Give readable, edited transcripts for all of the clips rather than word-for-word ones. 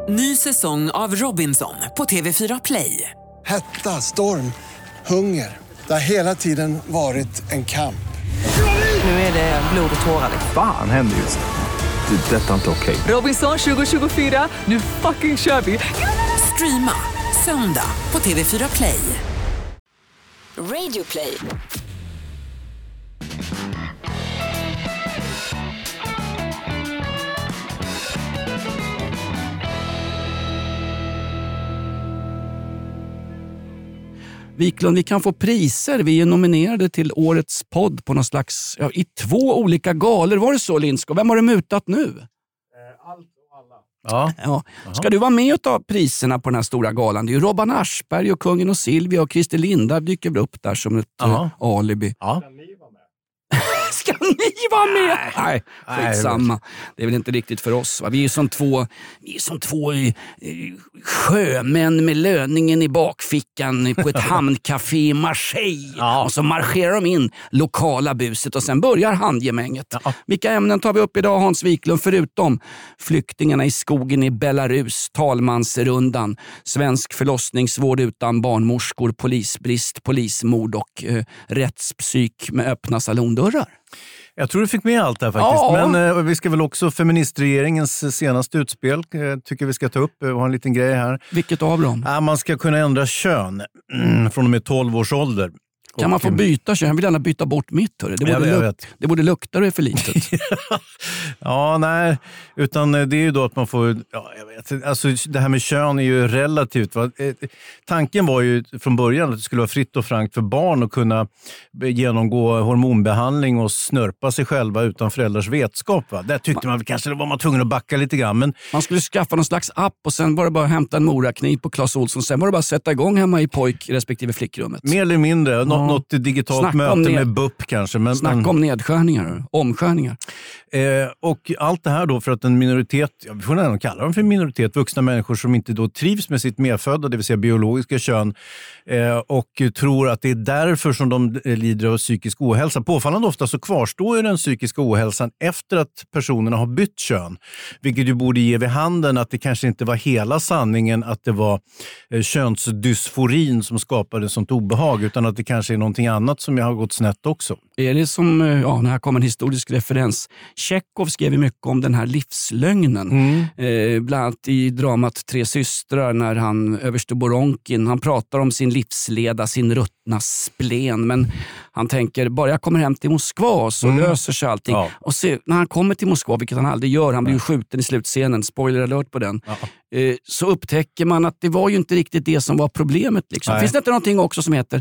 Ny säsong av Robinson på TV4 Play. Hetta, storm, hunger. Det har hela tiden varit en kamp. Nu är det blod och tårar. Fan händer just nu. Det. Detta är inte okej. Robinson 2024, nu fucking kör vi. Streama söndag på TV4 Play. Radio Play. Wiklund, vi kan få priser. Vi är nominerade till årets podd på någon slags, i 2 olika galor. Var det så, Lindskog? Vem har du mutat nu? Allt och alla. Ja. Ska du vara med och ta priserna på den här stora galan? Det är ju Robban Aschberg och Kungen och Silvia och Christer Lindarw dyker upp där som ett alibi. Ja. Ska ni vara med? Nej, skitsamma. Det är väl inte riktigt för oss. Va? Vi är som två sjömän med löningen i bakfickan på ett hamncafé i Marseille. Ja. Och så marscherar de in lokala buset och sen börjar handgemänget. Ja. Vilka ämnen tar vi upp idag, Hans Wiklund, förutom flyktingarna i skogen i Belarus, talmansrundan, svensk förlossningsvård utan barnmorskor, polisbrist, polismord och rättspsyk med öppna salondörrar? Jag tror du fick med allt där faktiskt. Ja. Men vi ska väl också feministregeringens senaste utspel tycker vi ska ta upp och ha en liten grej här. Vilket av dem? Man ska kunna ändra kön från och med 12 års ålder. Kan man få byta kön? Jag vill gärna byta bort mitt. Det borde lukta, det är för litet. Ja, nej. Utan det är ju då att man får... Ja, jag vet. Alltså, det här med kön är ju relativt. Va? Tanken var ju från början att det skulle vara fritt och frankt för barn att kunna genomgå hormonbehandling och snörpa sig själva utan föräldrars vetskap. Va? Där tyckte man kanske var man tvungen att backa lite grann. Men... Man skulle skaffa någon slags app och sen var det bara hämta en morakniv på Clas Ohlson. Sen var det bara sätta igång hemma i pojk- respektive flickrummet. Mer eller mindre. Något digitalt möte med BUP kanske. Snacka om nedskärningar, omskärningar. Och allt det här då för att en minoritet, vi får nästan kalla dem för minoritet, vuxna människor som inte då trivs med sitt medfödda, det vill säga biologiska kön, och tror att det är därför som de lider av psykisk ohälsa. Påfallande ofta så kvarstår ju den psykiska ohälsan efter att personerna har bytt kön. Vilket ju borde ge vid handen att det kanske inte var hela sanningen att det var könsdysforin som skapade sånt obehag, utan att det kanske är någonting annat som har gått snett också. Är det som, när här kommer en historisk referens. Tjechov skrev mycket om den här livslögnen. Bland annat i dramat Tre systrar när han, överste Boronkin, han pratar om sin livsleda, sin ruttna splen. Men han tänker, bara jag kommer hem till Moskva så löser sig allting. Ja. Och så, när han kommer till Moskva, vilket han aldrig gör, han blir ju skjuten i slutscenen, spoiler alert på den. Ja. Så upptäcker man att det var ju inte riktigt det som var problemet. Liksom. Finns det inte någonting också som heter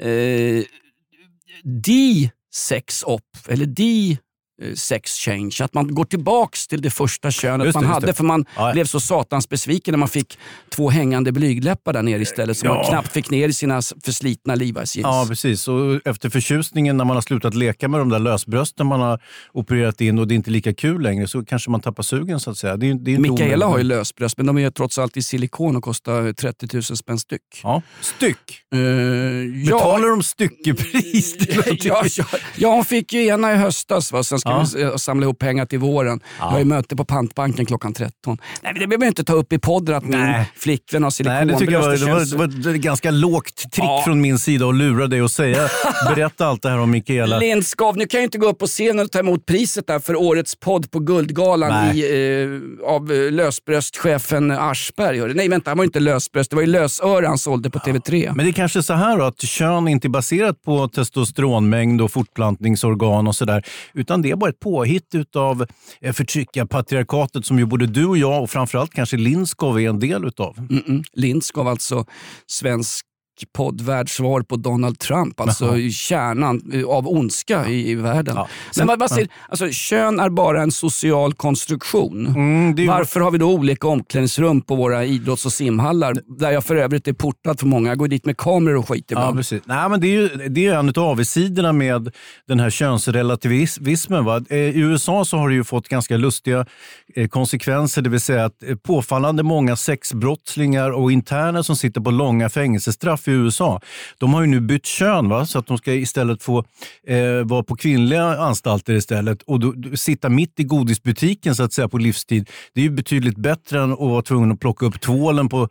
de-sex-op eller sex change, att man går tillbaks till det första könet man hade, för man blev så satans besviken när man fick 2 hängande blygdläppar där nere istället som man knappt fick ner i sina förslitna Levi's jeans. Ja, precis. Och efter förtjusningen när man har slutat leka med de där lösbrösten man har opererat in och det är inte lika kul längre, så kanske man tappar sugen så att säga. Det är Mikaela har ju lösbröst, men de är ju trots allt i silikon och kostar 30 000 spänn styck. Ja, styck? Betalar de styckepris? Ja, hon fick ju ena i höstas, va? Sen ska vi samla ihop pengar till våren. Jag har ju möte på Pantbanken klockan 13. Nej, det behöver inte ta upp i podden att min flickvän har silikon. Nej, det tycker jag var ett ganska lågt trick från min sida att lura dig och säga. Berätta allt det här om Mikaela. Lindskov, nu kan jag inte gå upp på scenen och ta emot priset där för årets podd på Guldgalan av lösbröstchefen Aschberg. Nej, vänta, han var inte lösbröst. Det var ju lösöra han sålde på TV3. Men det är kanske så här då, att kön inte är baserat på testosteronmängd och fortplantningsorgan och sådär, utan det är bara ett påhitt utav förtryckarpatriarkatet som ju både du och jag och framförallt kanske Lindskov är en del utav. Lindskov, alltså svensk poddvärldssvar på Donald Trump, alltså kärnan av ondska i världen. Ja. Sen alltså, kön är bara en social konstruktion. Varför har vi då olika omklädningsrum på våra idrotts- och simhallar där jag för övrigt är portad för många? Jag går dit med kameror och skit ibland. Ja, precis. Nej, men det är ju en av avsidorna med den här könsrelativismen. Va? I USA så har det ju fått ganska lustiga konsekvenser, det vill säga att påfallande många sexbrottslingar och interner som sitter på långa fängelsestraff straff i USA. De har ju nu bytt kön, va? Så att de ska istället få vara på kvinnliga anstalter istället. Och då, sitta mitt i godisbutiken så att säga på livstid. Det är ju betydligt bättre än att vara tvungen att plocka upp tvålen på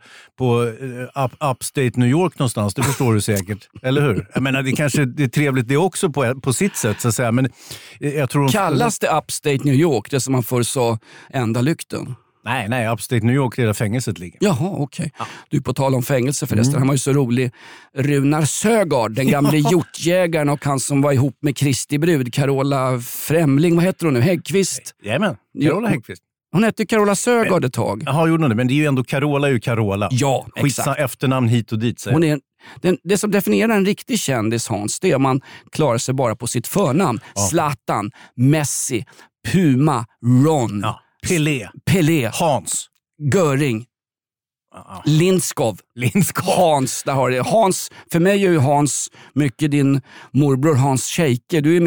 upstate New York någonstans. Det förstår du säkert, eller hur? Jag menar, det är trevligt det också på sitt sätt så att säga. Men jag tror kallas det upstate New York, det som man förr sa ända lykten? Nej, upstate New York är där fängelset ligger. Jaha, okej. Ja. Du, på tal om fängelse förresten, han var ju så rolig. Runar Sögaard, den gamla hjortjägaren och han som var ihop med Kristi brud, Carola Främling, vad heter hon nu? Häggkvist? Jajamän, Carola Häggkvist. Hon hette ju Carola Sögaard ett tag. Jaha, gjorde hon det, men det är ju ändå Carola är ju Carola. Ja, skitsa efternamn hit och dit. Hon är det som definierar en riktig kändis, Hans, det är om man klarar sig bara på sitt förnamn. Ja. Zlatan, Messi, Puma, Ron, Pelé, Hans, Göring, Lindskov, Hans, där har det. Hans, för mig är ju Hans mycket din morbror Hans Scheike. Du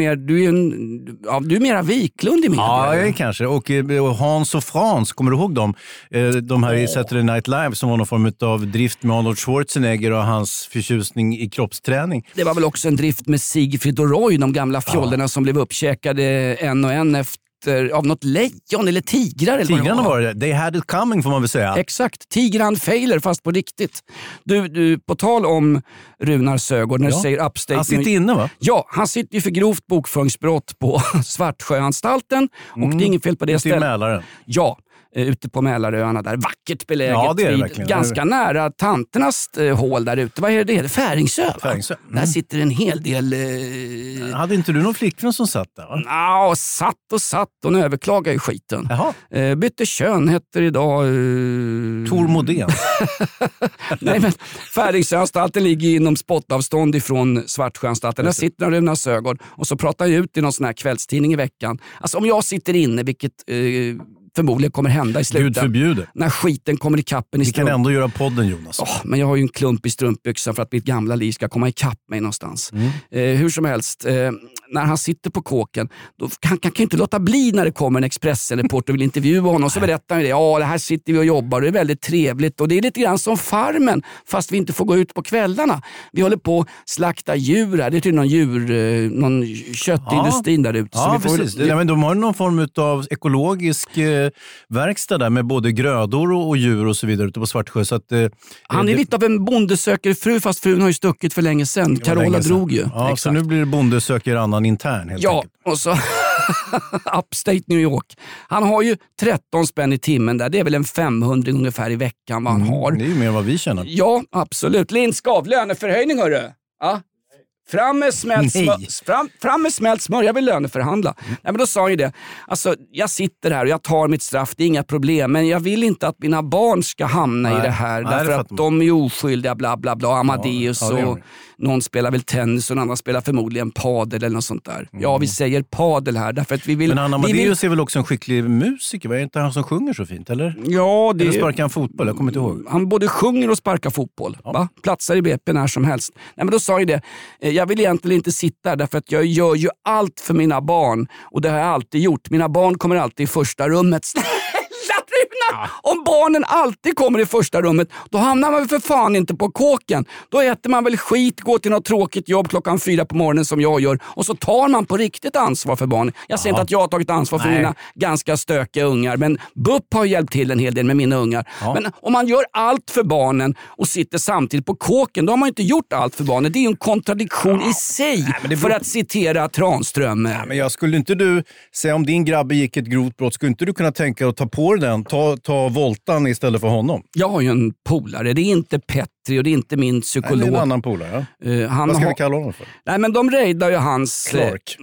är mera Wiklund i media. Ja, kanske. Och Hans och Frans, kommer du ihåg dem? De här i Saturday Night Live som var någon form av drift med Arnold Schwarzenegger och hans förtjusning i kroppsträning. Det var väl också en drift med Sigfrid och Roy, de gamla fjollerna som blev uppkäkade en och en efter av något lejon eller tigrar. Tigrarna var det. They had it coming får man väl säga. Exakt. Tigran failer fast på riktigt. Du på tal om Runar Sögaard när du säger upstate. Han sitter inne, va? Ja, han sitter ju för grovt bokföringsbrott på Svartsjöanstalten. Och det är inget fel på det stället. Ute i Mälaren. Ja. Ute på Mälaröarna där, vackert beläget, ja, det är det verkligen. Ganska nära tanternas hål där ute. Vad är det? Färingsö. Där sitter en hel del... Hade inte du någon flickvän som satt där? Ja, satt. Hon överklagade ju skiten. Bytte kön heter idag... Tor Modén. Nej, men Färingsöanstalten ligger inom spottavstånd ifrån Svartsjöanstalten. Där sitter Runar Sögaard och så pratar jag ut i någon sån här kvällstidning i veckan. Alltså om jag sitter inne, vilket... förmodligen kommer hända i slutet. Gud förbjuder. När skiten kommer i kappen i Vi kan ändå göra podden, Jonas. Men jag har ju en klump i strumpbyxan för att mitt gamla liv ska komma i kapp mig någonstans. Hur som helst, när han sitter på kåken, då kan inte låta bli när det kommer en Expressen-reporter och vill intervjua honom. Så berättar han det. Ja, det här sitter vi och jobbar och det är väldigt trevligt. Och det är lite grann som Farmen, fast vi inte får gå ut på kvällarna. Vi håller på att slakta djur här. Det är till någon köttindustrin där ute. Ja, precis. Men de har någon form av ekologisk verkstad där med både grödor och djur och så vidare ute på Svartsjö. Så att, han är lite av en bondesöker fru, fast frun har ju stuckit för länge sedan. Carola drog ju. Ja, så nu blir det bondesöker annan intern helt enkelt. Och så upstate New York. Han har ju 13 spänn i timmen där. Det är väl en 500 ungefär i veckan vad han har. Det är ju mer vad vi känner. Ja, absolut. Lindskov, löneförhöjning hörru. Ja. Fram med smält smör, jag vill löneförhandla. Nej, men då sa han ju det. Alltså, jag sitter här och jag tar mitt straff, det är inga problem. Men jag vill inte att mina barn ska hamna i det här. Därför att de är oskyldiga, bla bla bla. Amadeus och någon spelar väl tennis och någon annan spelar förmodligen padel eller något sånt där. Ja, vi säger padel här därför att vi vill... Men Amadeus är väl också en skicklig musiker? Var det inte han som sjunger så fint, eller? Ja, det... Eller sparkar han fotboll? Jag kommer inte ihåg. Han både sjunger och sparkar fotboll. Va? Platsar i BP när som helst. Nej, men då sa jag det. Jag vill egentligen inte sitta där därför att jag gör ju allt för mina barn. Och det har jag alltid gjort. Mina barn kommer alltid i första rummet. Om barnen alltid kommer i första rummet, då hamnar man väl för fan inte på kåken. Då äter man väl skit, går till något tråkigt jobb 4 på morgonen som jag gör. Och så tar man på riktigt ansvar för barnen. Jag säger inte att jag har tagit ansvar för mina ganska stökiga ungar. Men BUP har hjälpt till en hel del med mina ungar. Men om man gör allt för barnen och sitter samtidigt på kåken, då har man inte gjort allt för barnen. Det är ju en kontradiktion i sig. För att citera Tranström. Men jag skulle inte du säga om din grabb gick ett grovt brott, skulle inte du kunna tänka att ta på den, ta voltan istället för honom? Jag har ju en polare, det är inte Petri och det är inte min psykolog. Nej, det är en annan polare, ja. Vad ska vi kalla honom för? Nej, men de raidar ju hans... Clark.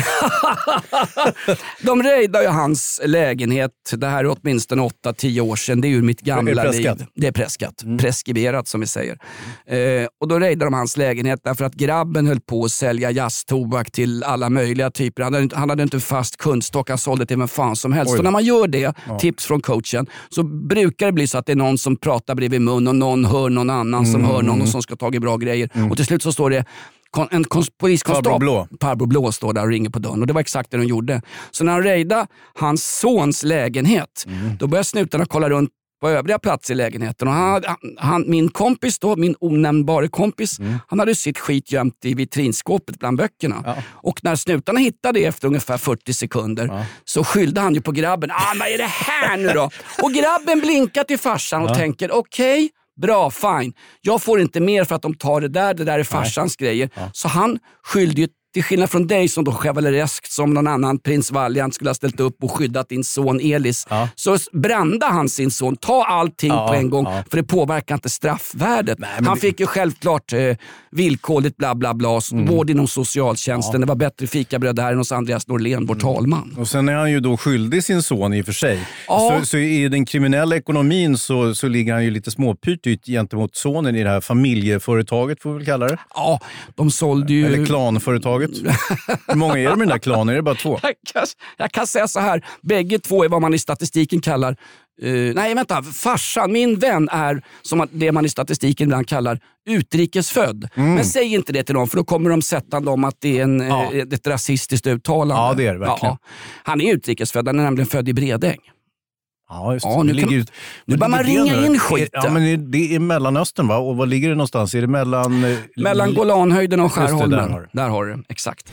De raidar ju hans lägenhet. Det här är åtminstone 8-10 år sedan. Det är ju mitt gamla liv. Det är preskat. Preskriberat som vi säger. Och då raidar de hans lägenhet därför att grabben höll på att sälja jazztobak till alla möjliga typer. Han hade inte fast kundstock, han sålde till vem fan som helst. Så när man gör det, tips från coachen, så brukar det bli så att det är någon som pratar bredvid mun och någon hör någon annan som hör någon och som ska ta bra grejer. Och till slut så står det en poliskonstabel, Parbro Blå står där och ringer på dörren. Och det var exakt det de gjorde. Så när han raidade hans sons lägenhet, då började snutarna kolla runt på övriga platser i lägenheten. Och min kompis då, min onämnbara kompis, han hade sitt skit gömt i vitrinskåpet bland böckerna. Ja. Och när snutarna hittade det efter ungefär 40 sekunder så skyllde han ju på grabben. Vad är det här nu då? Och grabben blinkar till farsan och tänker okej, bra, fine. Jag får inte mer för att de tar det där är farsans grejer. Ja. Så han skyllde ju, till skillnad från dig som då chevalereskt som någon annan prins Valiant skulle ha ställt upp och skyddat din son Elis. Ja. Så brände han sin son. Ta allting på en gång för det påverkar inte straffvärdet. Nej, han fick ju självklart villkorligt bla bla bla. Vård inom socialtjänsten. Det var bättre fikabröd där än hos Andreas Norlén, vår talman. Och sen är han ju då skyldig sin son i och för sig. Ja. Så i den kriminella ekonomin så ligger han ju lite småpytigt gentemot sonen i det här familjeföretaget, får vi väl kalla det. Ja, de sålde ju... Eller klanföretaget. Hur många är det med den där klanen? Är det bara 2? Jag kan säga så här. Bägge 2 är vad man i statistiken kallar... farsan, min vän är som det man i statistiken ibland kallar utrikesfödd. Men säg inte det till dem för då kommer de sätta dem att det är ett rasistiskt uttalande. Ja, det är det verkligen. Ja. Han är utrikesfödd, han är nämligen född i Bredäng. Ja, just det. Ja, nu börjar man ringa in skiten. Ja, men det är Mellanöstern, va? Och var ligger det någonstans? Är det mellan Golanhöjden och Skärholmen? Där har du, exakt.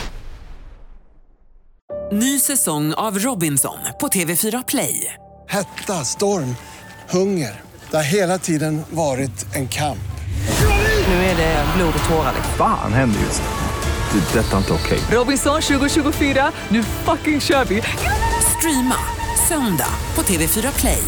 Ny säsong av Robinson på TV4 Play. Hetta, storm, hunger. Det har hela tiden varit en kamp. Nu är det blod och tårar. Fan händer just det. Detta är inte okej. Robinson 2024, nu fucking kör vi. Streama söndag på TV4 Play.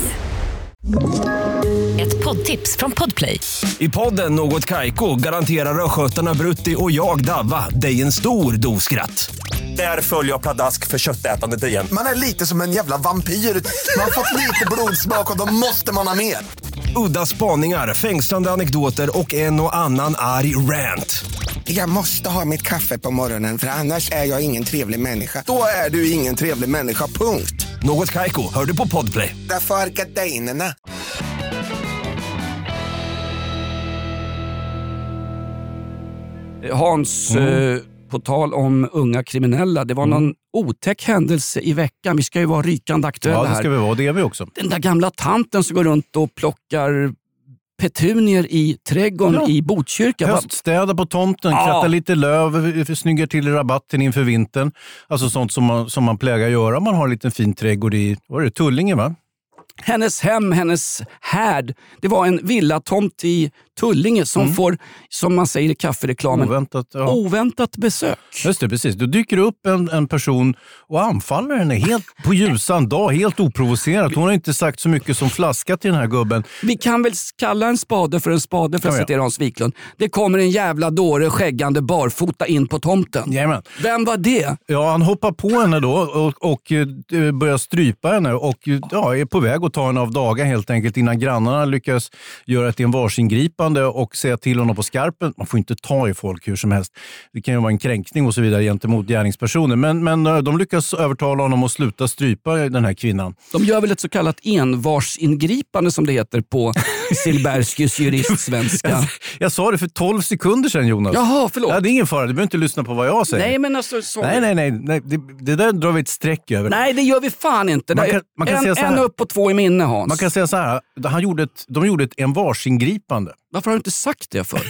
Ett poddtips från Podplay. I podden Något Kaiko garanterar röskötarna Brutti och jag Davva dig en stor doskratt. Där följer jag pladask för köttätandet igen. Man är lite som en jävla vampyr. Man har fått lite blodsmak och då måste man ha mer. Udda spaningar, fängslande anekdoter och en och annan arg rant. Jag måste ha mitt kaffe på morgonen för annars är jag ingen trevlig människa. Då är du ingen trevlig människa, punkt. Något Kaiko, hör du på Podplay. Därför är gardinerna. Hans, på tal om unga kriminella, det var någon otäck händelse i veckan. Vi ska ju vara rykande aktuella här. Ja, det ska vi vara. Det är vi också. Den där gamla tanten som går runt och plockar petunier i trädgården i Botkyrka. Höststäda på tomten, kratta lite löv, snygga till rabatten inför vintern. Alltså sånt som man plägar göra om man har en liten fin trädgård i, vad är det, Tullinge, va? Hennes hem, hennes härd, det var en villatomt i Tullinge som får, som man säger i kaffereklamen, oväntat besök. Just det, precis. Då dyker upp en person och anfaller henne helt på ljusan dag, helt oprovocerat. Hon har inte sagt så mycket som flaska till den här gubben. Vi kan väl kalla en spade för att citera Hans Wiklund. Det kommer en jävla dåre skäggande barfota in på tomten. Jajamän. Vem var det? Ja, han hoppar på henne då och börjar strypa henne och är på väg att ta henne av dagar helt enkelt innan grannarna lyckas göra ett varsingripande och säga till honom på skarpen. Man får inte ta i folk hur som helst. Det kan ju vara en kränkning och så vidare gentemot gärningspersoner. Men de lyckas övertala honom att sluta strypa den här kvinnan. De gör väl ett så kallat envarsingripande som det heter på Silberskys juristsvenska. Jag sa det för 12 sekunder sedan, Jonas. Jaha, förlåt. Ja, det är ingen fara, du behöver inte lyssna på vad jag säger. Nej, men alltså... Nej. Det där drar vi ett streck över. Nej, det gör vi fan inte. Man kan säga så här. En upp och 2 i minne, Hans. Man kan säga så här, de gjorde ett envarsingripande. Varför har du inte sagt det för?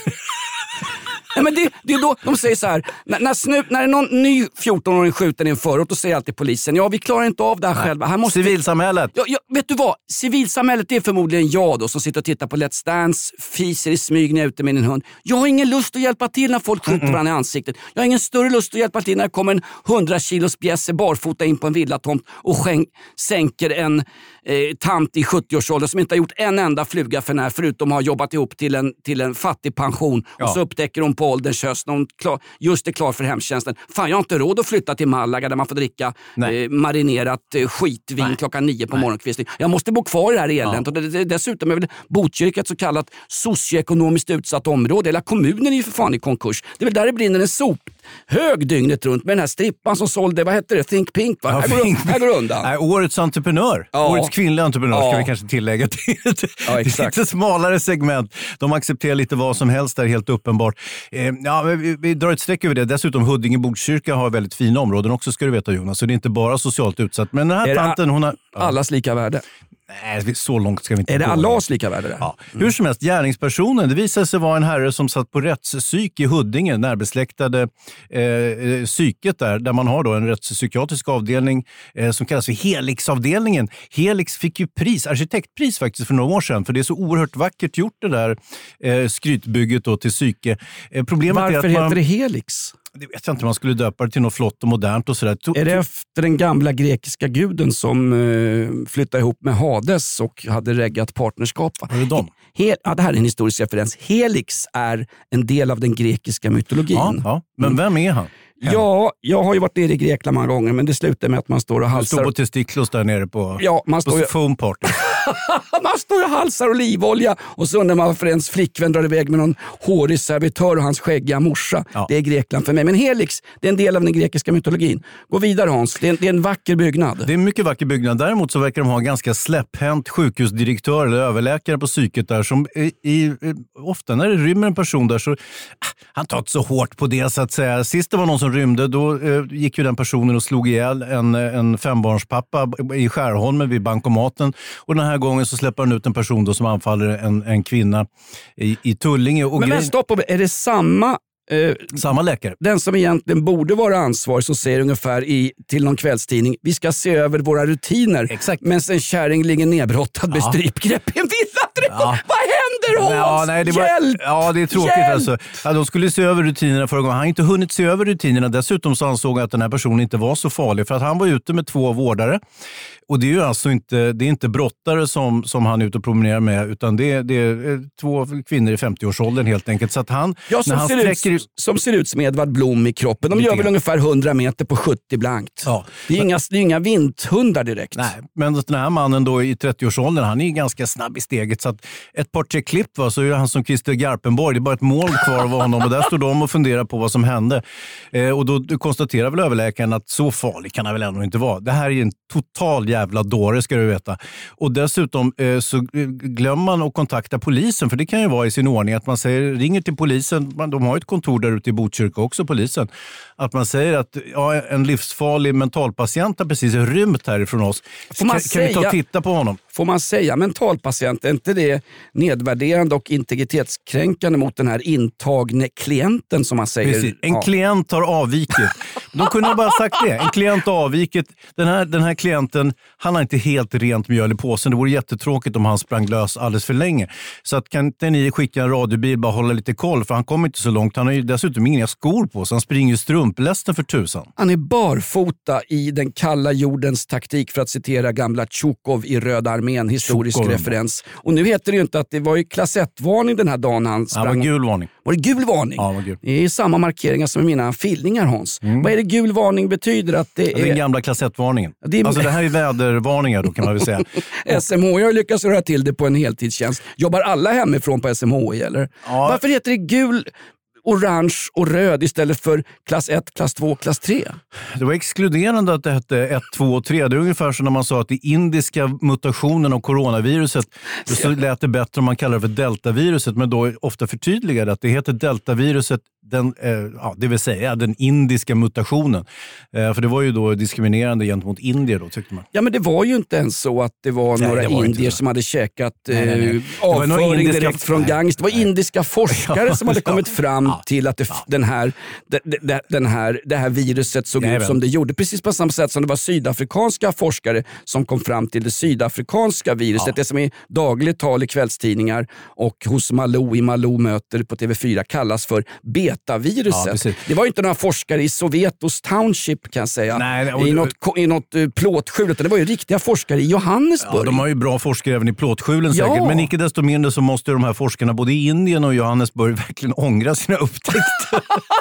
Ja, men det är då de säger så här, när någon ny 14-åring skjuter i en förort, då säger alltid polisen, vi klarar inte av det här själva. Här måste civilsamhället. Vet du vad? Civilsamhället är förmodligen jag då som sitter och tittar på Let's Dance, fiser i smyg när jag är ute med min hund. Jag har ingen lust att hjälpa till när folk skjuter varandra i ansiktet. Jag har ingen större lust att hjälpa till när det kommer en 100 kilos bjässe barfota in på en villatomt och sänker en tant i 70-årsåldern som inte har gjort en enda fluga för när, förutom att ha jobbat ihop till en fattig pension. Och så upptäcker hon på ålderns höst när hon just är klar för hemtjänsten. Fan, jag har inte råd att flytta till Malaga där man får dricka marinerat skitvin klockan 9 på morgonkvisten. Jag måste bo kvar i det här eländet. Och dessutom är väl Botkyrka ett så kallat socioekonomiskt utsatt område. Eller kommunen är ju för fan i konkurs. Det är väl där det brinner en sophög dygnet runt med den här strippan som sålde, vad heter det? Think Pink, va? Här går undan. Nej, årets entreprenör. Årets kvinnliga entreprenör ska vi kanske tillägga till. Ett lite smalare segment. De accepterar lite vad som helst där, helt uppenbart. Vi drar ett streck över det. Dessutom Huddinge Botkyrka har väldigt fina områden också, ska du veta, Jonas. Så det är inte bara socialt utsatt. Men den här tanten, hon har... Allas lika värde. Nej, så långt ska vi inte gå. Är det Allahs lika värde där? Ja. Hur som helst, gärningspersonen, det visade sig vara en herre som satt på rättspsyk i Huddinge, närbesläktade psyket där man har då en rättspsykiatrisk avdelning som kallas för Helixavdelningen. Helix fick ju arkitektpris faktiskt för några år sedan, för det är så oerhört vackert gjort det där skrytbygget då till psyke. Problemet Varför är att heter det Helix? Det vet jag inte, man skulle döpa det till något flott och modernt och sådär. Är det efter den gamla grekiska guden som flyttade ihop med Hades och hade reggat partnerskap? Är det dem? Det här är en historisk referens. Helix är en del av den grekiska mytologin. Ja. Men vem är han? Ja, jag har ju varit nere i Grekland många gånger, men det slutar med att man står och halsar. Du står på testiklos där nere på foam party. Man står och halsar olivolja och så undrar man varför ens flickvän drar iväg med någon hårig servitör och hans skäggiga morsa. Ja. Det är Grekland för mig. Men Helix, det är en del av den grekiska mytologin. Gå vidare Hans, det är en vacker byggnad. Det är en mycket vacker byggnad. Däremot så verkar de ha en ganska släpphänt sjukhusdirektör eller överläkare på psyket där som ofta när det rymmer en person där så han tar inte så hårt på det så att säga. Sist det var någon som rymde, då gick ju den personen och slog ihjäl en fembarnspappa i Skärholmen vid bankomaten. Och den här gången så släpper han ut en person då som anfaller en kvinna i Tullinge. Och men stopp, är det samma läkare? Den som egentligen borde vara ansvarig som säger ungefär till någon kvällstidning, vi ska se över våra rutiner. Exakt. Men en kärring ligger nedbrottad med strypgrepp i en villaträdgård. Ja. Vad händer Hans? Hjälp! Det är tråkigt alltså. Ja, de skulle se över rutinerna förra gången. Han har inte hunnit se över rutinerna. Dessutom så ansåg han att den här personen inte var så farlig för att han var ute med 2 vårdare. Och det är ju alltså inte brottare som han är ute och promenerar med, utan det är 2 kvinnor i 50-årsåldern helt enkelt. Så att som ser ut som Edvard Blom i kroppen. De gör väl ungefär 100 meter på 70 blankt. Ja. Det är inga vinthundar direkt. Nej, men den här mannen då i 30-årsåldern, han är ganska snabb i steget. Så att ett par 3 klipp så är han som Christer Garpenborg. Det är bara ett mål kvar av honom och där står de och funderar på vad som hände. Och då konstaterar väl överläkaren att så farlig kan han väl ändå inte vara. Det här är en total jävla dåre ska du veta. Och dessutom så glömmer man att kontakta polisen, för det kan ju vara i sin ordning att man ringer till polisen, de har ett kontor där ute i Botkyrka också, polisen, att man säger att en livsfarlig mentalpatient har precis rymt härifrån oss. Kan vi ta och titta på honom? Får man säga mentalpatient, är inte det nedvärderande och integritetskränkande mot den här intagne klienten som man säger? Precis. En klient har avvikit. De kunde bara sagt det. En klient har avvikit. Den här klienten, han har inte helt rent mjöl i påsen. Det vore jättetråkigt om han sprang lös alldeles för länge. Så att kan inte ni skicka en radiobil, bara hålla lite koll, för han kommer inte så långt. Han har ju dessutom inga skor på, så han springer ju strumplästen för tusan. Han är barfota i den kalla jordens taktik, för att citera gamla Tjukov i Röda armén, historisk referens. Och nu heter det ju inte att det var ju klass 1-varning den här dagen han sprang. Ja, det var gul varning. Var det gul varning? Ja, det var gul. Det är samma markeringar som i mina filningar, Hans. Vad är det gul varning betyder? Att det är den gamla klass 1-varningen. Alltså det här är vädervarningar då, kan man väl säga. SMHI har lyckats röra till det på en heltidstjänst. Jobbar alla hemifrån på SMHI eller? Ja. Varför heter det gul, orange och röd istället för klass 1, klass 2, klass 3? Det var exkluderande att det hette 1, 2 och 3. Det är ungefär som när man sa att det indiska mutationen av coronaviruset, så lät det bättre om man kallar det för deltaviruset, men då ofta förtydligade att det heter deltaviruset, det vill säga den indiska mutationen. För det var ju då diskriminerande gentemot indier då, tyckte man. Ja, men det var ju inte ens så att det var några indier som hade käkat avföring direkt från Ganges. Det var indiska forskare som hade kommit fram till att det här viruset såg ut som det gjorde. Precis på samma sätt som det var sydafrikanska forskare som kom fram till det sydafrikanska viruset. Det som i dagligt tal i kvällstidningar och hos Malou i Malou möter på TV4 kallas för betaviruset. Det var ju inte några forskare i Sovetos Township, kan jag säga. I något plåtskjul, utan det var ju riktiga forskare i Johannesburg. Ja, de har ju bra forskare även i plåtskjulen säkert. Men icke desto mindre så måste de här forskarna både i Indien och Johannesburg verkligen ångra sina upptäckter.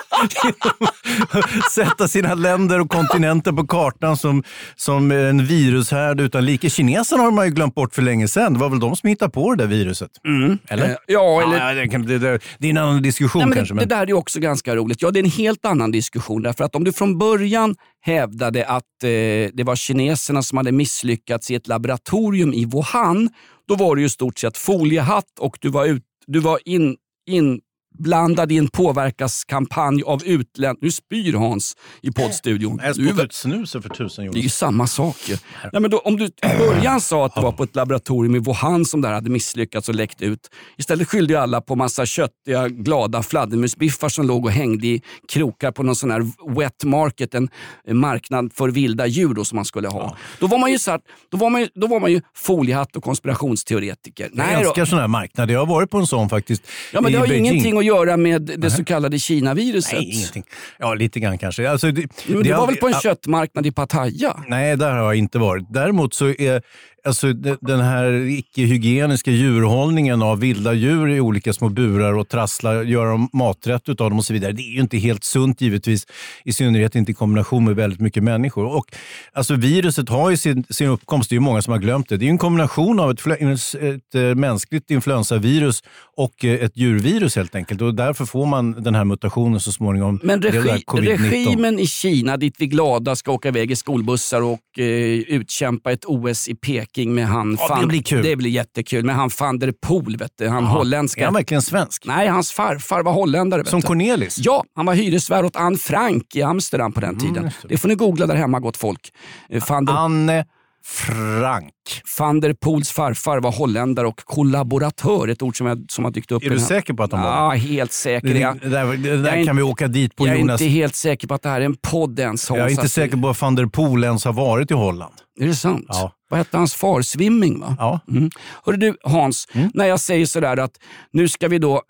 Sätta sina länder och kontinenter på kartan som en virushärd utan like. Kineserna har man ju glömt bort för länge sedan. Det var väl de som hittade på det där viruset? Eller? Det är en annan diskussion kanske. Det där är också ganska roligt. Ja, det är en helt annan diskussion. Därför att om du från början hävdade att det var kineserna som hade misslyckats i ett laboratorium i Wuhan, då var det ju stort sett foliehatt och du var inblandad i en påverkanskampanj av utländska... Nu spyr Hans i poddstudion. Jag spottar ut snusen för 1000 Jonas. Det är ju samma sak. Nej, men då, om du i början sa att det var på ett laboratorium i Wuhan som där hade misslyckats och läckt ut. Istället skyllde ju alla på massa köttiga, glada fladdermusbiffar som låg och hängde i krokar på någon sån här wet market, en marknad för vilda djur då, som man skulle ha. Ja. Då var man ju foliehatt och konspirationsteoretiker. Jag älskar sådana här marknader. Jag har varit på en sån faktiskt. Ja, men det har ju ingenting att göra med det så kallade Kina-viruset. Nej, ingenting. Ja, lite grann kanske. Alltså, det var väl på en köttmarknad i Pattaya? Nej, där har jag inte varit. Däremot så är alltså den här icke-hygieniska djurhållningen av vilda djur i olika små burar och trasslar, göra dem maträtt utav dem och så vidare. Det är ju inte helt sunt givetvis, i synnerhet inte i kombination med väldigt mycket människor. Och alltså viruset har ju sin uppkomst, det är ju många som har glömt det. Det är ju en kombination av ett mänskligt influensavirus och ett djurvirus helt enkelt. Och därför får man den här mutationen så småningom. Men regimen i Kina, dit vi glada ska åka iväg i skolbussar och utkämpa ett OS i Peking med han... Ja, det blir kul. Det blir jättekul. Med han van der Poel, vet du, han holländska. Är han verkligen svensk? Nej, hans farfar var holländare. Vet som du. Cornelis? Ja, han var hyresvärd åt Anne Frank i Amsterdam på den tiden. Det får ni googla där hemma, gott folk. Anne Frank. Van der Poels farfar var holländare och kollaboratör, ett ord som har dykt upp. Är du säker på att han var? Ja, helt säker. Det där kan vi åka dit på, Jonas. Jag är inte helt säker på att det här är en podd ens. Jag är inte säker på att van der Poel ens har varit i Holland. Är det sant? Ja. Vad hette hans far? Swimming, va? Ja. Hörru du, Hans, när jag säger sådär att nu ska vi då...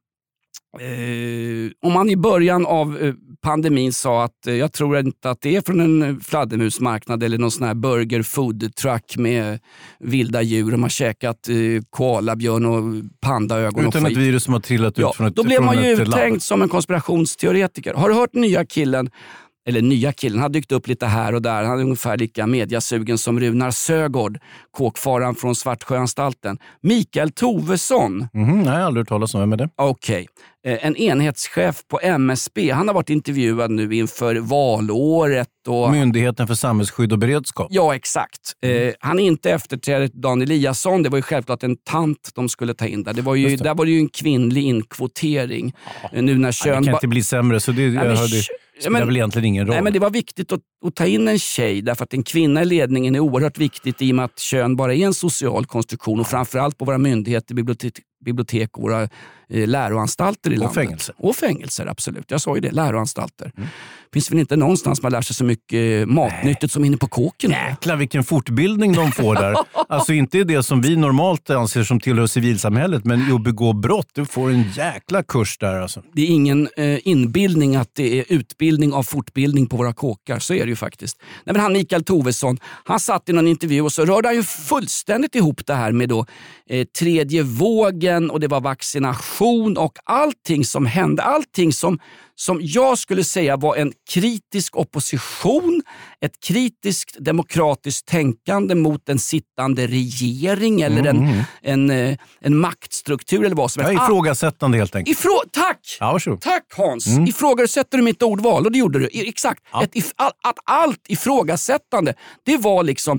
om man i början av pandemin sa att jag tror inte att det är från en fladdermusmarknad eller någon sån här burger food truck med vilda djur och man har käkat koalabjörn och pandaögon utan och skit. Ett virus som har trillat ut från ett då blev man ju uttänkt land. som en konspirationsteoretiker. Har du hört nya killen, han har dykt upp lite här och där. Han är ungefär lika mediasugen som Runar Sögaard, kåkfaran från Svartsjöanstalten. Mikael Tovesson. Nej, jag har aldrig hört talas om. Vem är det? Okej. En enhetschef på MSB. Han har varit intervjuad nu inför valåret. Och... Myndigheten för samhällsskydd och beredskap. Ja, exakt. Han är inte efterträdet Dan Eliasson. Det var ju självklart en tant de skulle ta in där. Där var det ju en kvinnlig inkvotering. Nu när kön... det kan inte bli sämre, så det spelar väl egentligen ingen roll. Nej, men det var viktigt att ta in en tjej, därför att en kvinna i ledningen är oerhört viktigt i och med att kön bara är en social konstruktion och framförallt på våra myndigheter, bibliotek och våra läroanstalter i landet. Och fängelser, absolut. Jag sa ju det, läroanstalter. Finns väl inte någonstans man lär sig så mycket matnyttigt som inne på kåken. Jäklar vilken fortbildning de får där. Alltså inte det som vi normalt anser som tillhör civilsamhället, men att begå brott, du får en jäkla kurs där alltså. Det är ingen inbildning att det är utbildning av fortbildning på våra kåkar, så är det ju faktiskt. Nej, men han Mikael Tovesson, han satt i någon intervju och så rörde han ju fullständigt ihop det här med då tredje vågen och det var vaccination och allting som hände, allting som jag skulle säga var en kritisk opposition, ett kritiskt demokratiskt tänkande mot en sittande regering eller en maktstruktur eller vad som helst. Ifrågasättande helt enkelt. Tack! Ja, varsågod. Tack Hans! Ifrågasätter du mitt ordval? Och det gjorde du. Exakt. Ja. Att allt ifrågasättande, det var liksom...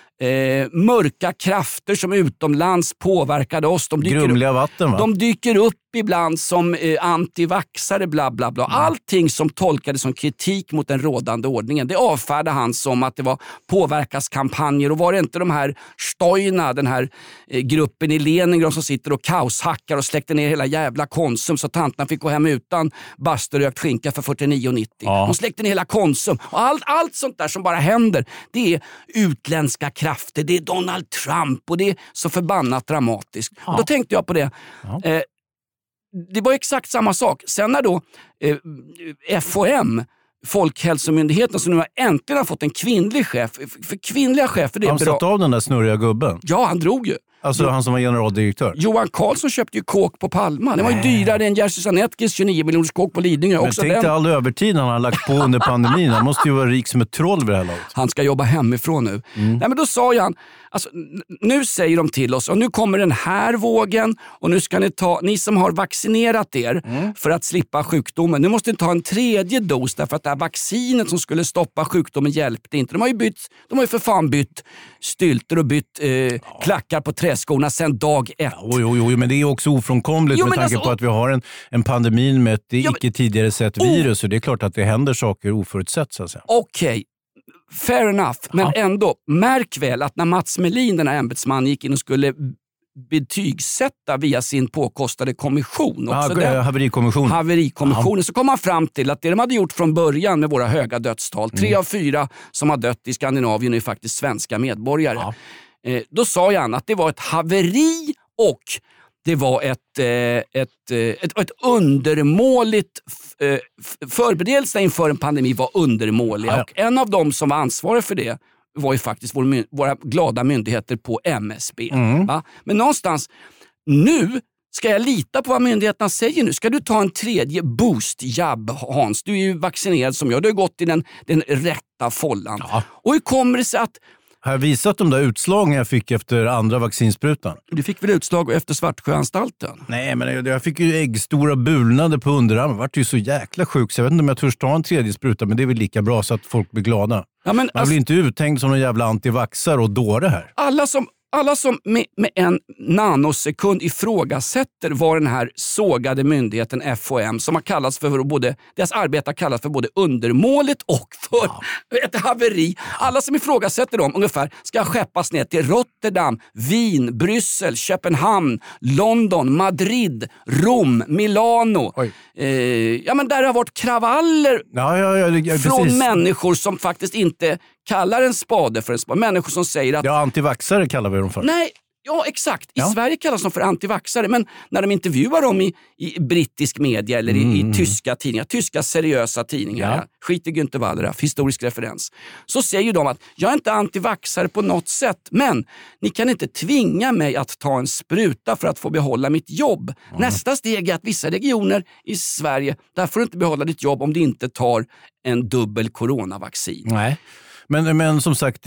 mörka krafter som utomlands påverkade oss. Grumliga vatten, va? De dyker upp ibland som antivaxare, bla bla bla. Allting som tolkades som kritik mot den rådande ordningen, det avfärdade han som att det var påverkaskampanjer. Och var det inte de här Stoina, den här gruppen i Leningrad som sitter och kaoshackar och släckte ner hela jävla Konsum så tanterna fick gå hem utan basterökt skinka för 49,90. Ja. De släckte ner hela Konsum. Och allt sånt där som bara händer, det är utländska krafter, det är Donald Trump och det är så förbannat dramatiskt. Ja. Och då tänkte jag på det. Ja. Det var exakt samma sak. Sen när då FHM, Folkhälsomyndigheten, som nu äntligen har fått en kvinnlig chef. För kvinnliga chefer, det är bra. Han satt av den där snurriga gubben? Ja, han drog ju. Alltså han som var generaldirektör? Johan Karlsson köpte ju kåk på Palma. Det var ju dyrare än Jerzy Sarneckis 29 miljoners kåk på Lidingö. Men tänk dig all övertid han har lagt på under pandemin. Han måste ju vara rik som ett troll vid det här laget. Han ska jobba hemifrån nu. Nej, men då sa han, alltså, nu säger de till oss och nu kommer den här vågen och nu ska ni som har vaccinerat er för att slippa sjukdomen. Nu måste ni ta en tredje dos därför att det här vaccinet som skulle stoppa sjukdomen hjälpte inte. De har ju för fan bytt stylter och bytt klackar på träskorna sedan dag ett. Jo, men det är också ofrånkomligt med tanke på att vi har en pandemi med ett icke tidigare sett virus. Och det är klart att det händer saker oförutsett så att säga. Okej. Fair enough, men ändå, märk väl att när Mats Melin, den här ämbetsmannen, gick in och skulle betygsätta via sin påkostade kommission. Haverikommissionen. Så kom man fram till att det de hade gjort från början med våra höga dödstal, 3 av 4 som har dött i Skandinavien är faktiskt svenska medborgare. Då sa han att det var ett haveri och det var ett undermåligt förberedelserna inför en pandemi var undermåliga. Och en av dem som var ansvarig för det var ju faktiskt våra glada myndigheter på MSB. Va? Men någonstans, nu ska jag lita på vad myndigheterna säger nu. Ska du ta en tredje boost-jabb, Hans? Du är ju vaccinerad som jag. Du har gått i den rätta follan. Och hur kommer det sig att... Har jag visat de där utslagen jag fick efter andra vaccinsprutan? Du fick väl utslag efter Svartsjöanstalten? Nej, men jag fick ju äggstora bulnader på underarmen. Jag var ju så jäkla sjuk så jag vet inte om jag törs ta en tredje spruta, men det är väl lika bra så att folk blir glada. Ja, men man blir inte uttänkt som en jävla antivaxare och dåre här. Alla som med en nanosekund ifrågasätter vad den här sågade myndigheten FOM, som har kallats för deras arbete har kallats för både undermåligt och för ett haveri. Alla som ifrågasätter dem ungefär ska skeppas ner till Rotterdam, Wien, Bryssel, Köpenhamn, London, Madrid, Rom, Milano. Men där har varit kravaller från människor som faktiskt inte kallar en spade för en spade. Människor som säger att... Ja, antivaxare kallar vi dem för. Nej, ja exakt. I Sverige kallas de för antivaxare. Men när de intervjuar dem i brittisk media eller i tyska tidningar, tyska seriösa tidningar, skit i Günther Wallraff, historisk referens, så säger de att jag är inte antivaxare på något sätt, men ni kan inte tvinga mig att ta en spruta för att få behålla mitt jobb. Nästa steg är att vissa regioner i Sverige, där får du inte behålla ditt jobb om du inte tar en dubbel coronavaccin. Nej. Men som sagt,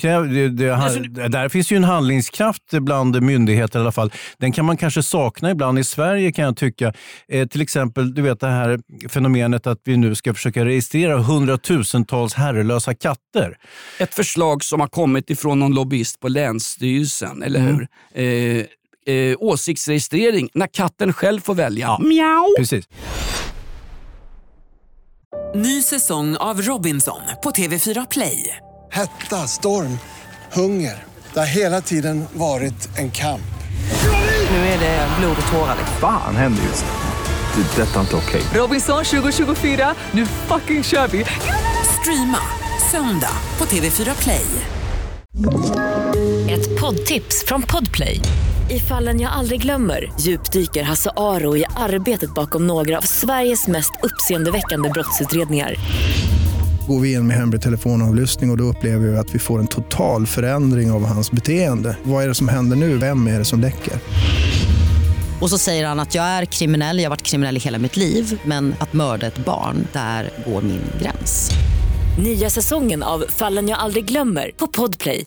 där finns ju en handlingskraft bland myndigheter i alla fall. Den kan man kanske sakna ibland i Sverige kan jag tycka. Till exempel, du vet det här fenomenet att vi nu ska försöka registrera 100,000-tals herrelösa katter. Ett förslag som har kommit ifrån någon lobbyist på Länsstyrelsen, eller hur? Åsiktsregistrering, när katten själv får välja. Mjau! Precis. Ny säsong av Robinson på TV4 Play. Hetta, storm, hunger. Det har hela tiden varit en kamp. Nu är det blod och tårar. Fan händer just det. Detta är inte okej. Robinson 2024, nu fucking kör vi. Streama söndag på TV4 Play. Ett poddtips från Podplay. I Fallen jag aldrig glömmer djupdyker Hasse Aro i arbetet bakom några av Sveriges mest uppseendeväckande brottsutredningar. Går vi in med hemlig telefonavlyssning och då upplever vi att vi får en total förändring av hans beteende. Vad är det som händer nu? Vem är det som läcker? Och så säger han att jag är kriminell, jag har varit kriminell i hela mitt liv. Men att mörda ett barn, där går min gräns. Nya säsongen av Fallen jag aldrig glömmer på Podplay.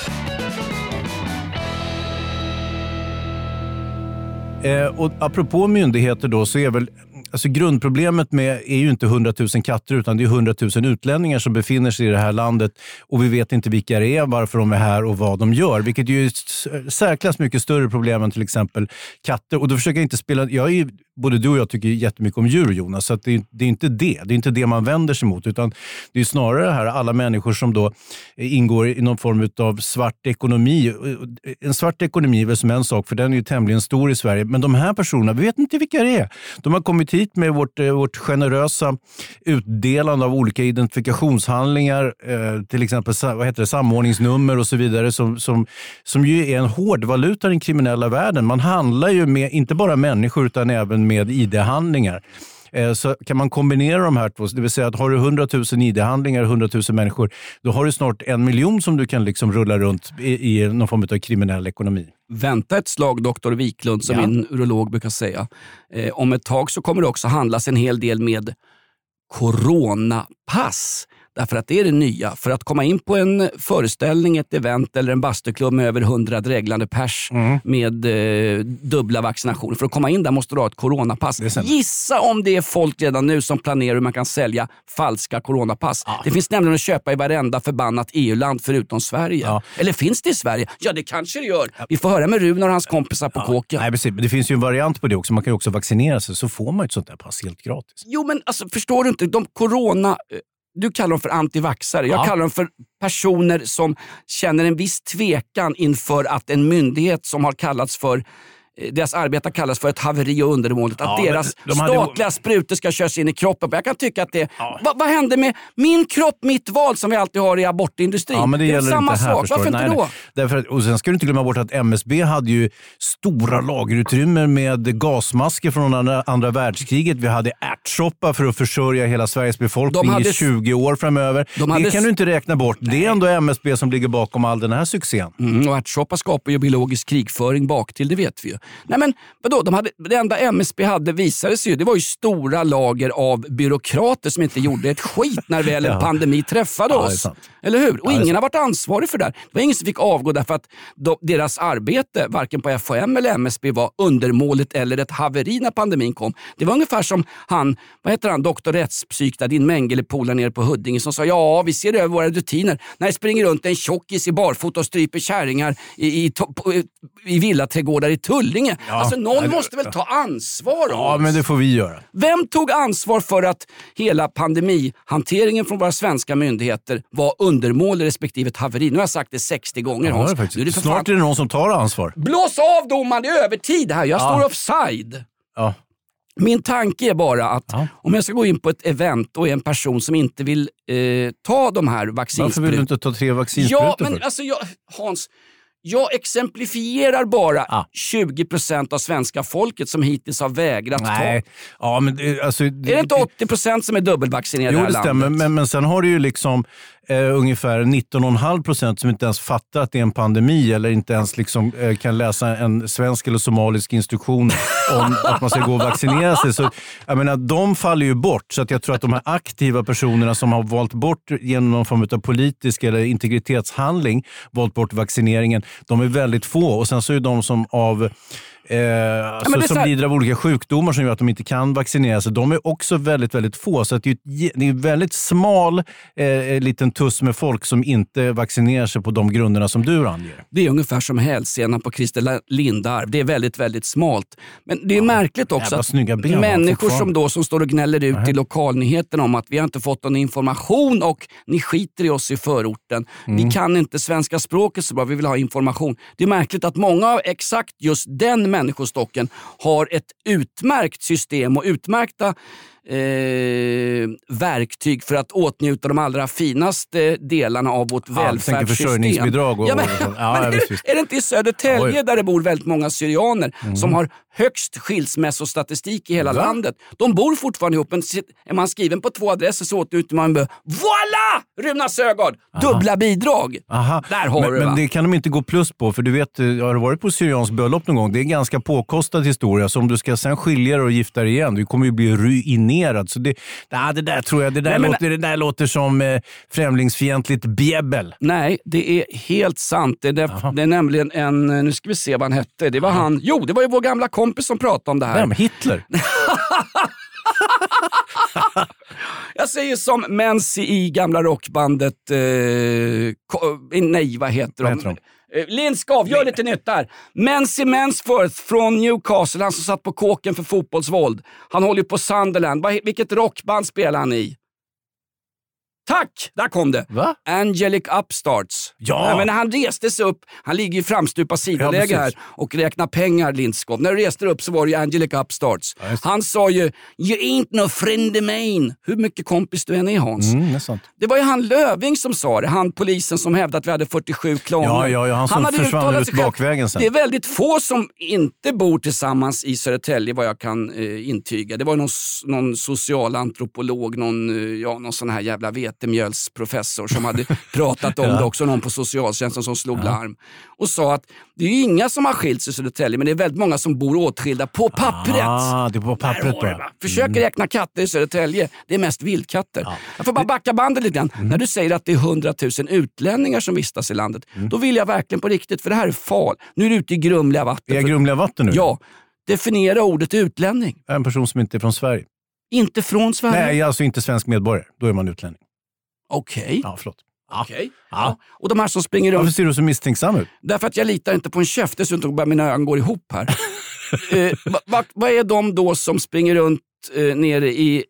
Och apropå myndigheter då så är väl alltså grundproblemet är ju inte 100 000 katter utan det är 100 000 utlänningar som befinner sig i det här landet och vi vet inte vilka det är, varför de är här och vad de gör. Vilket är ju särklass mycket större problem än till exempel katter. Och då försöker jag inte spela, både du och jag tycker jättemycket om djur, Jonas, så att det är inte det. Det är inte det man vänder sig mot, utan det är snarare det här alla människor som då ingår i någon form av svart ekonomi. En svart ekonomi är väl som en sak, för den är ju tämligen stor i Sverige. Men de här personerna, vi vet inte vilka det är. De har kommit hit med vårt generösa utdelande av olika identifikationshandlingar, till exempel samordningsnummer och så vidare, som ju är en hård valuta i den kriminella världen. Man handlar ju med inte bara människor utan även med ID-handlingar. Så kan man kombinera de här två, det vill säga att har du 100 000 ID-handlingar, 100 000 människor, då har du snart 1 miljon som du kan liksom rulla runt i någon form av kriminell ekonomi. Vänta ett slag, doktor Wiklund, som min urolog brukar säga. Om ett tag så kommer det också handlas en hel del med coronapass. Därför att det är det nya. För att komma in på en föreställning, ett event eller en bastuklubb med över 100 dreglande pers med dubbla vaccinationer. För att komma in där måste du ha ett coronapass. Gissa om det är folk redan nu som planerar hur man kan sälja falska coronapass. Det finns nämligen att köpa i varenda förbannat EU-land förutom Sverige. Eller finns det i Sverige? Ja, det kanske det gör. Vi får höra med Rune och hans kompisar på kåken. Nej, precis. Men det finns ju en variant på det också. Man kan ju också vaccinera sig, så får man ett sånt där pass helt gratis. Jo, men alltså, förstår du inte? Du kallar dem för antivaxare. Jag kallar dem för personer som känner en viss tvekan inför att en myndighet som har kallats för deras arbete kallas för ett haveri och undermåligt. Att deras statliga sprutor ska köras in i kroppen. Jag kan tycka att det... Vad hände med min kropp, mitt val som vi alltid har i abortindustrin? Ja, men det gäller samma inte här, sak. Varför inte då? Därför att, och sen ska du inte glömma bort att MSB hade ju stora lagerutrymmen med gasmasker från andra världskriget. Vi hade ärtsoppa för att försörja hela Sveriges befolkning i 20 år framöver. Det kan du inte räkna bort. Nej. Det är ändå MSB som ligger bakom all den här succén. Och ärtsoppa skapar ju biologisk krigföring bak till, det vet vi ju. Nej, men vadå? Det enda MSB hade visade sig ju, det var ju stora lager av byråkrater som inte gjorde ett skit när väl en pandemi träffade oss. Eller hur? Och ingen har varit ansvarig för det där. Det var ingen som fick avgå därför att deras arbete, varken på FHM eller MSB, var undermåligt eller ett haveri när pandemin kom. Det var ungefär som doktor rättspsyk där, din Mengele-polare nere på Huddinge, som sa, vi ser över våra rutiner. När det springer runt en tjockis i barfota och stryper kärringar i villaträdgårdar i Tullinge. Alltså någon måste väl ta ansvar. Ja, men det får vi göra. Vem tog ansvar för att hela pandemihanteringen från våra svenska myndigheter var undermålig respektive ett haveri? Nu har jag sagt det 60 gånger, Hans. Snart är det någon som tar ansvar. Blås av domaren, det är övertid här. Jag står offside. Ja. Min tanke är bara att om jag ska gå in på ett event och är en person som inte vill ta de här vaccinsprutorna. Varför vill du inte ta 3 vaccinsprutor? Ja, men alltså Hans... Jag exemplifierar bara 20% av svenska folket som hittills har vägrat ta. Ja, men är det inte 80% som är dubbelvaccinerade i det här landet? Jo, det stämmer. Men sen har du ju liksom ungefär 19,5% som inte ens fattar att det är en pandemi eller inte ens liksom, kan läsa en svensk eller somalisk instruktion om att man ska gå och vaccinera sig. Så jag menar, de faller ju bort. Så att jag tror att de här aktiva personerna som har valt bort genom någon form av politisk eller integritetshandling valt bort vaccineringen, de är väldigt få. Och sen så är de som som lider av olika sjukdomar som gör att de inte kan vaccinera sig, de är också väldigt, väldigt få. Så att det är en väldigt smal liten tuss med folk som inte vaccinerar sig på de grunderna som du anger. Det är ungefär som hälsenan på Christer Lindarw. Det är väldigt, väldigt smalt. Men det är märkligt också att människor som står och gnäller ut i lokalnyheterna om att vi har inte fått någon information och ni skiter i oss i förorten. Vi kan inte svenska språket så bra, vi vill ha information. Det är märkligt att många av exakt just den människostocken har ett utmärkt system och utmärkta verktyg för att åtnjuta de allra finaste delarna av vårt välfärdssystem. Försörjningsbidrag och är det inte i Södertälje där det bor väldigt många syrianer som har högst skilsmässostatistik i hela landet? De bor fortfarande ihop, men är man skriven på 2 adresser så åtnjuter man voilà! Runa Sögaard! Dubbla bidrag! Där har du, men det kan de inte gå plus på, för du vet, har du varit på syrians bröllop någon gång? Det är en ganska påkostad historia, så om du ska sen skilja dig och gifta dig igen, du kommer ju bli ruinerad. Så det där tror jag, det där låter som främlingsfientligt bjäbbel. Nej, det är helt sant. Det är nämligen nu ska vi se vad han hette. Det var han. Jo, det var ju vår gamla kompis som pratade om det här. Vem? Hitler? Jag säger som Menzi i gamla rockbandet nej, vad heter de? Lindskov, gör lite nytt där. Menzi Mansforth från Newcastle, han som satt på kåken för fotbollsvåld. Han håller ju på Sunderland. Vilket rockband spelar han i? Tack! Där kom det. Va? Angelic Upstarts. Ja. Men när han reste sig upp, han ligger ju framstupa sidoläge här och räknar pengar, Lindskov. När du reste upp så var det ju Angelic Upstarts. Ja, han sa ju, you ain't no friend of mine. Hur mycket kompis du än är, Hans. Det är sant. Det var ju han Löving som sa det. Han polisen som hävdade att vi hade 47 klaner. Ja, han som försvann ut bakvägen sen. Det är väldigt få som inte bor tillsammans i Södertälje, vad jag kan intyga. Det var någon social antropolog, någon sån här jävla vet vetemjölsprofessor som hade pratat om det också, någon på socialtjänsten som slog larm och sa att det är ju inga som har skilt sig i Södertälje, men det är väldigt många som bor åtskilda på pappret. Det är på pappret då. Försök räkna katter i Södertälje, det är mest vildkatter. Jag får bara backa bandet lite grann. När du säger att det är 100 000 utlänningar som vistas i landet, då vill jag verkligen på riktigt, för det här är fal. Nu är du ute i grumliga vatten. Är jag grumliga vatten nu? Ja. Definiera ordet utlänning. En person som inte är från Sverige. Inte från Sverige? Nej, alltså inte svensk medborgare. Då är man utlänning. Okej. Ja, förlåt. Okej. Ja. Och de här som springer runt... Varför ser du så misstänksam ut? Därför att jag litar inte på en käft. Dessutom bara mina ögon går ihop här. Vad är de då som springer runt nere i...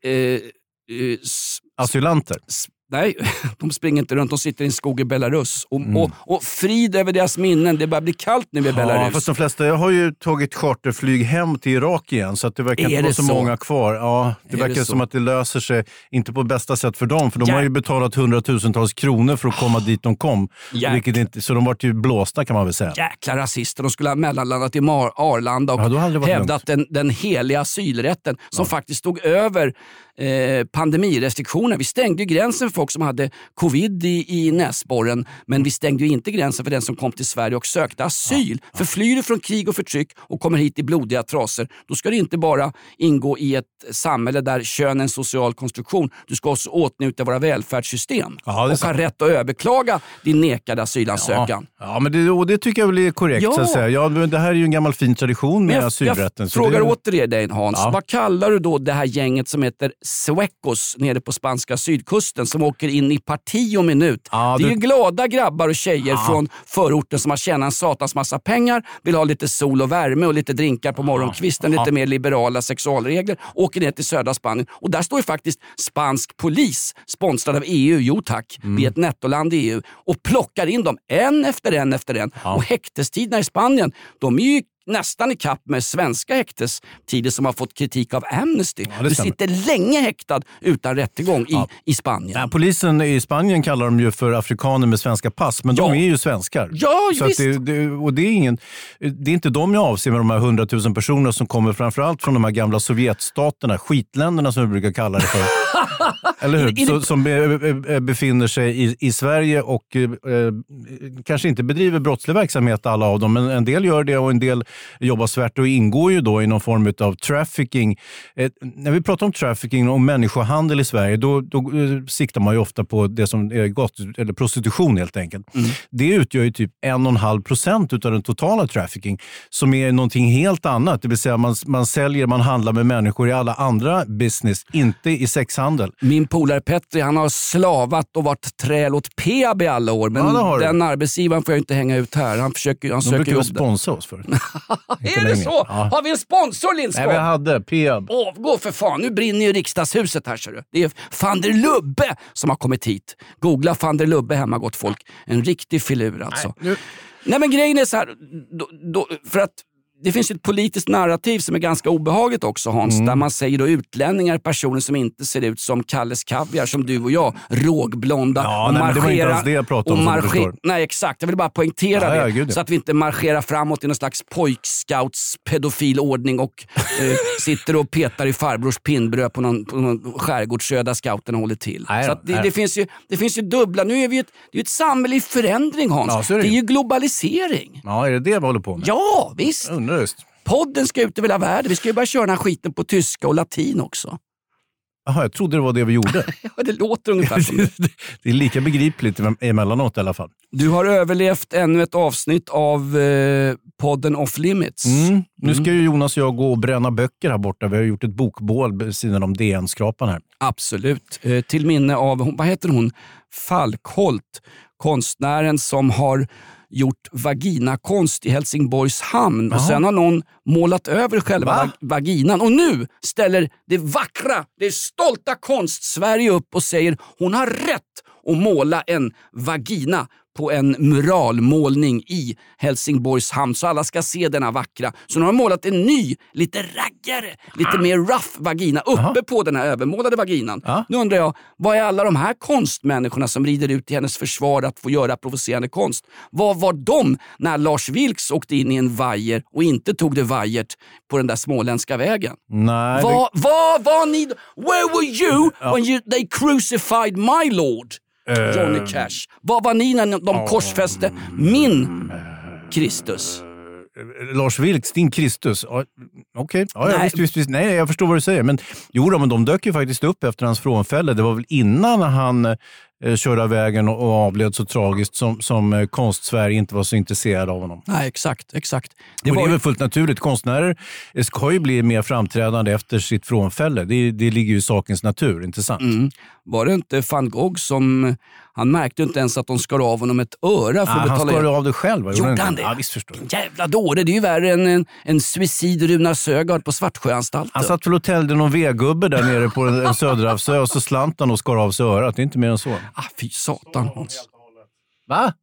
Asylanter? Nej, de springer inte runt. De sitter i en skog i Belarus. Och frid över deras minnen. Det börjar bli kallt nu i Belarus. Ja, fast de flesta har ju tagit charterflyg hem till Irak igen. Så att det verkar inte vara så många kvar. Ja, det verkar som att det löser sig inte på bästa sätt för dem. För de har ju betalat 100,000-tals kronor för att komma dit de kom. Vilket inte, så de var ju blåsta kan man väl säga. Jäkla rasister. De skulle ha mellanlandat i Arlanda och hävdat den heliga asylrätten som faktiskt stod över pandemirestriktioner. Vi stängde ju gränsen för folk som hade covid i näsborren, men vi stängde ju inte gränsen för den som kom till Sverige och sökte asyl. För flyr du från krig och förtryck och kommer hit i blodiga trasor, då ska du inte bara ingå i ett samhälle där kön är en social konstruktion. Du ska också åtnjuta våra välfärdssystem och ha rätt att överklaga din nekade asylansökan. Ja, men det tycker jag väl är korrekt. Så att säga. Ja, det här är ju en gammal fin tradition med asylrätten. Jag frågar åter dig, Hans. Vad kallar du då det här gänget som heter Suecos nere på spanska sydkusten som åker in i parti och minut? Det är ju glada grabbar och tjejer från förorten som har tjänat en satans massa pengar, vill ha lite sol och värme och lite drinkar på morgonkvisten, lite mer liberala sexualregler, åker ner till södra Spanien. Och där står ju faktiskt spansk polis, sponsrad av EU, jo tack, vi är ett nettoland i EU, och plockar in dem en efter en. Och häktestiderna i Spanien, de är ju nästan i kapp med svenska häktestider som har fått kritik av Amnesty. Du sitter länge häktad utan rättegång i Spanien. Ja, polisen i Spanien kallar dem ju för afrikaner med svenska pass, men de är ju svenskar. Ja, så visst. Det är inte de jag avser med de här 100 000 personer som kommer framförallt från de här gamla Sovjetstaterna, skitländerna som vi brukar kalla det för. Eller hur? Som befinner sig i Sverige och kanske inte bedriver brottslig verksamhet alla av dem, men en del gör det och en del jobbar svärt och ingår ju då i någon form av trafficking. När vi pratar om trafficking och människohandel i Sverige, då siktar man ju ofta på det som är eller prostitution helt enkelt. Det utgör ju typ 1,5% av den totala trafficking som är någonting helt annat. Det vill säga man handlar med människor i alla andra business, inte i sexhandel. Min polare Petri, han har slavat och varit träl åt Peab i alla år, men den arbetsgivaren får jag inte hänga ut här. Han söker jobb. De brukar sponsra oss för. Är det så? Ja. Har vi en sponsor, Lindskog? Nej, vi hade Peab. Gå för fan, nu brinner ju riksdagshuset här, ser du. Det är van der Lubbe som har kommit hit. Googla van der Lubbe hemma, gott folk. En riktig filur alltså. Nej, men grejen är så här, för att det finns ett politiskt narrativ som är ganska obehagligt också, Hans, där man säger då utlänningar, personer som inte ser ut som Kalles Kaviar, som du och jag, rågblonda. Ja, och men det var inte alls det jag pratade om. Nej, exakt. Jag vill bara poängtera det, så att vi inte marscherar framåt i någon slags pojkscouts pedofilordning och sitter och petar i farbrors pinnbröd på någon skärgårdsö där scouten håller till. Så att det finns ju dubbla. Nu är det är ett samhälle i förändring, Hans. Ja, det är ju globalisering. Ja, är det vi håller på med? Ja, visst. Podden ska ut över hela världen. Vi ska ju bara köra den här skiten på tyska och latin också. Jaha, jag trodde det var det vi gjorde. Ja, det låter ungefär som det. Det är lika begripligt emellanåt i alla fall. Du har överlevt ännu ett avsnitt av podden Off Limits. Nu ska ju Jonas och jag gå och bränna böcker här borta. Vi har gjort ett bokbål vid sidan om DN-skrapan här. Absolut. Till minne av, vad heter hon? Falkholt, konstnären som har gjort vaginakonst i Helsingborgs hamn. Och sen har någon målat över själva vaginan. Och nu ställer det vackra, det stolta Konst-Sverige upp och säger hon har rätt att måla en vagina på en muralmålning i Helsingborgs hamn så alla ska se denna vackra. Så nu har de målat en ny, lite raggare, lite mer rough vagina uppe på den här övermålade vaginan. Nu undrar jag, vad är alla de här konstmänniskorna som rider ut i hennes försvar att få göra provocerande konst? Vad var de när Lars Vilks åkte in i en vajer och inte tog det vajert på den där småländska vägen? Nej. Vad var ni? Where were you when they crucified my lord? Johnny Cash. Vad var ni när de korsfäste min Kristus? Lars Vilks, din Kristus. Okej. Ja, visst. Nej, jag förstår vad du säger. Men men de dök ju faktiskt upp efter hans frånfälle. Det var väl innan han körde vägen och avled så tragiskt som konst-Sverige inte var så intresserad av honom. Nej, exakt. Det är väl fullt naturligt. Konstnärer ska ju bli mer framträdande efter sitt frånfälle. Det ligger ju i sakens natur, inte sant? Var det inte van Gogh som... Han märkte inte ens att de skar av honom ett öra för att betala... Han skar av det själv. Gjorde han det? Ja, visst förstår jag. Jävla dåre, det är ju värre än en suicid Runar Sögaard på Svartsjöanstalten. Han satt väl och tällde någon V-gubbe där nere på en Söderhavsö och så slant han och skar av sig örat. Det är inte mer än så. Fy satan, Hans. Va?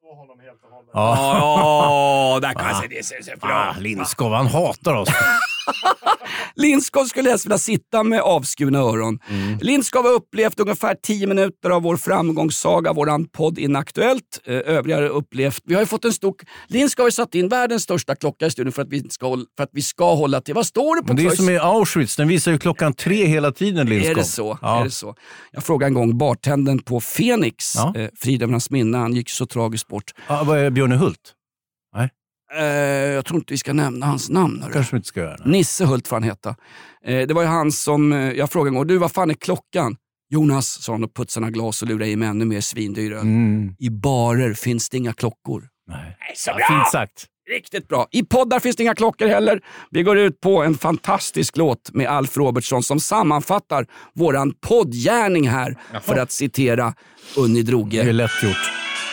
Där kan jag säga det. Bra. Lindskov, han hatar oss. Lindskov skulle helst vilja sitta med avskurna öron. Lindskov har upplevt ungefär 10 minuter av vår framgångssaga, våran podd Inaktuellt. Övriga har upplevt. Vi har ju fått en stor... Lindskov har satt in världens största klocka i studion för att vi ska hålla till. Vad står det på? Men det är som i Auschwitz, den visar ju 3:00 hela tiden, Lindskov. Är det så? Ja. Är det så? Jag frågade en gång bartendern på Fenix, Fridhemnas minne, han gick så tragiskt bort. Vad är Björne Hult? Nej. Jag tror inte vi ska nämna hans namn. Kanske vi inte ska göra. Nisse Hult får han heta. Det var ju han som, jag frågade en gång, du vad fan är klockan? Jonas, sa han och putsade glas och lurade i mig ännu mer svindyra. I barer finns det inga klockor. Nej. Så bra! Fint sagt. Riktigt bra. I poddar finns det inga klockor heller. Vi går ut på en fantastisk låt med Alf Robertsson som sammanfattar våran poddgärning här. För att citera Unni Droge. Det är lätt gjort.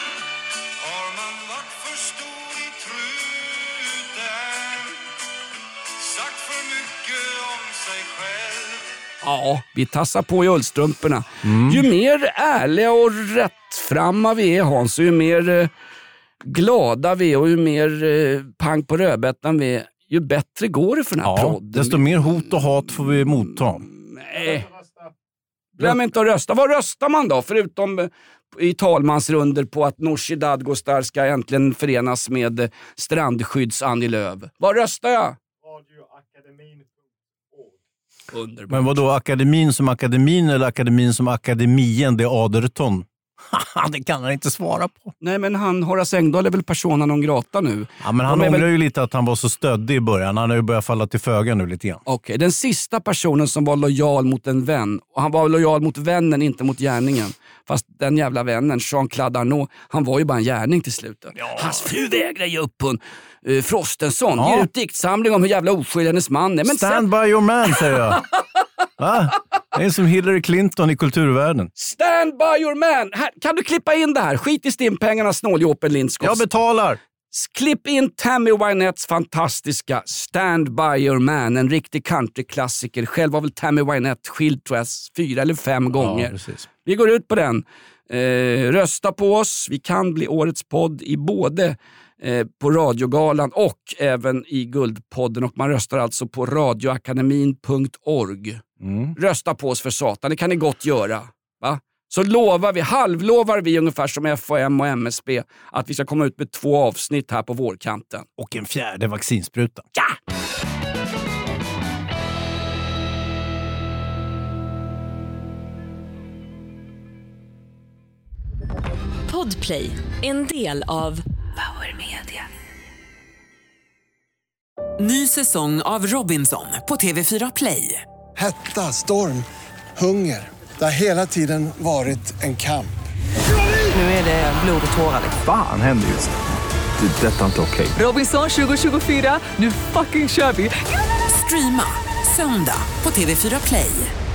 Ja, vi tassar på i ullstrumporna. Ju mer ärliga och rättframma vi är, Hans, och ju mer glada vi är och ju mer pang på rödbetan vi är, ju bättre går det för den här podden. Desto mer hot och hat får vi motta. Nej. Glöm inte att rösta. Vad röstar man då? Förutom i talmansrunder på att Nooshi Dadgostar ska äntligen förenas med strandskydds Annie Lööf. Vad röstar jag? Underbart. Men vad då, akademin som akademin eller akademin som akademien, det är Aderton? Det kan han inte svara på. Nej, men Horace Engdahl är väl persona non grata nu. Ja, men han ångrar ju lite att han var så stöddig i början. Han har ju börjat falla till föga nu lite grann. Okej, den sista personen som var lojal mot en vän. Och han var lojal mot vännen, inte mot gärningen. Fast den jävla vännen, Jean-Claude Arnault, han var ju bara en gärning till slut. Ja. Hans fru vägrar ge upp hon. Frostenson ger ut diktsamling om hur jävla oskyldig hennes man är. Men stand by your man, säger jag. Va? Det är som Hillary Clinton i kulturvärlden. Stand by your man. Här, kan du klippa in det här? Skit i stimpengarna, snåljåpen Lindskog. Jag betalar. Klipp in Tammy Wynetts fantastiska Stand by your man. En riktig countryklassiker. Själv var väl Tammy Wynette skild, tror jag, 4 eller 5 gånger. Precis. Vi går ut på den. Rösta på oss. Vi kan bli årets podd i både på radiogalan och även i Guldpodden. Och man röstar alltså på radioakademin.org. Rösta på oss för satan. Det kan ni gott göra. Va? Så halvlovar vi ungefär som FAM och MSB att vi ska komma ut med 2 avsnitt här på vårkanten. Och en 4:e vaccinspruta. Ja! Podplay, en del av Power Media. Ny säsong av Robinson på TV4 Play. Hetta, storm, hunger. Det har hela tiden varit en kamp. Nu är det blod och tårar. Fan händer just det. Det är detta inte okej. Robinson 2024, nu fucking kör vi. Streama söndag på TV4 Play.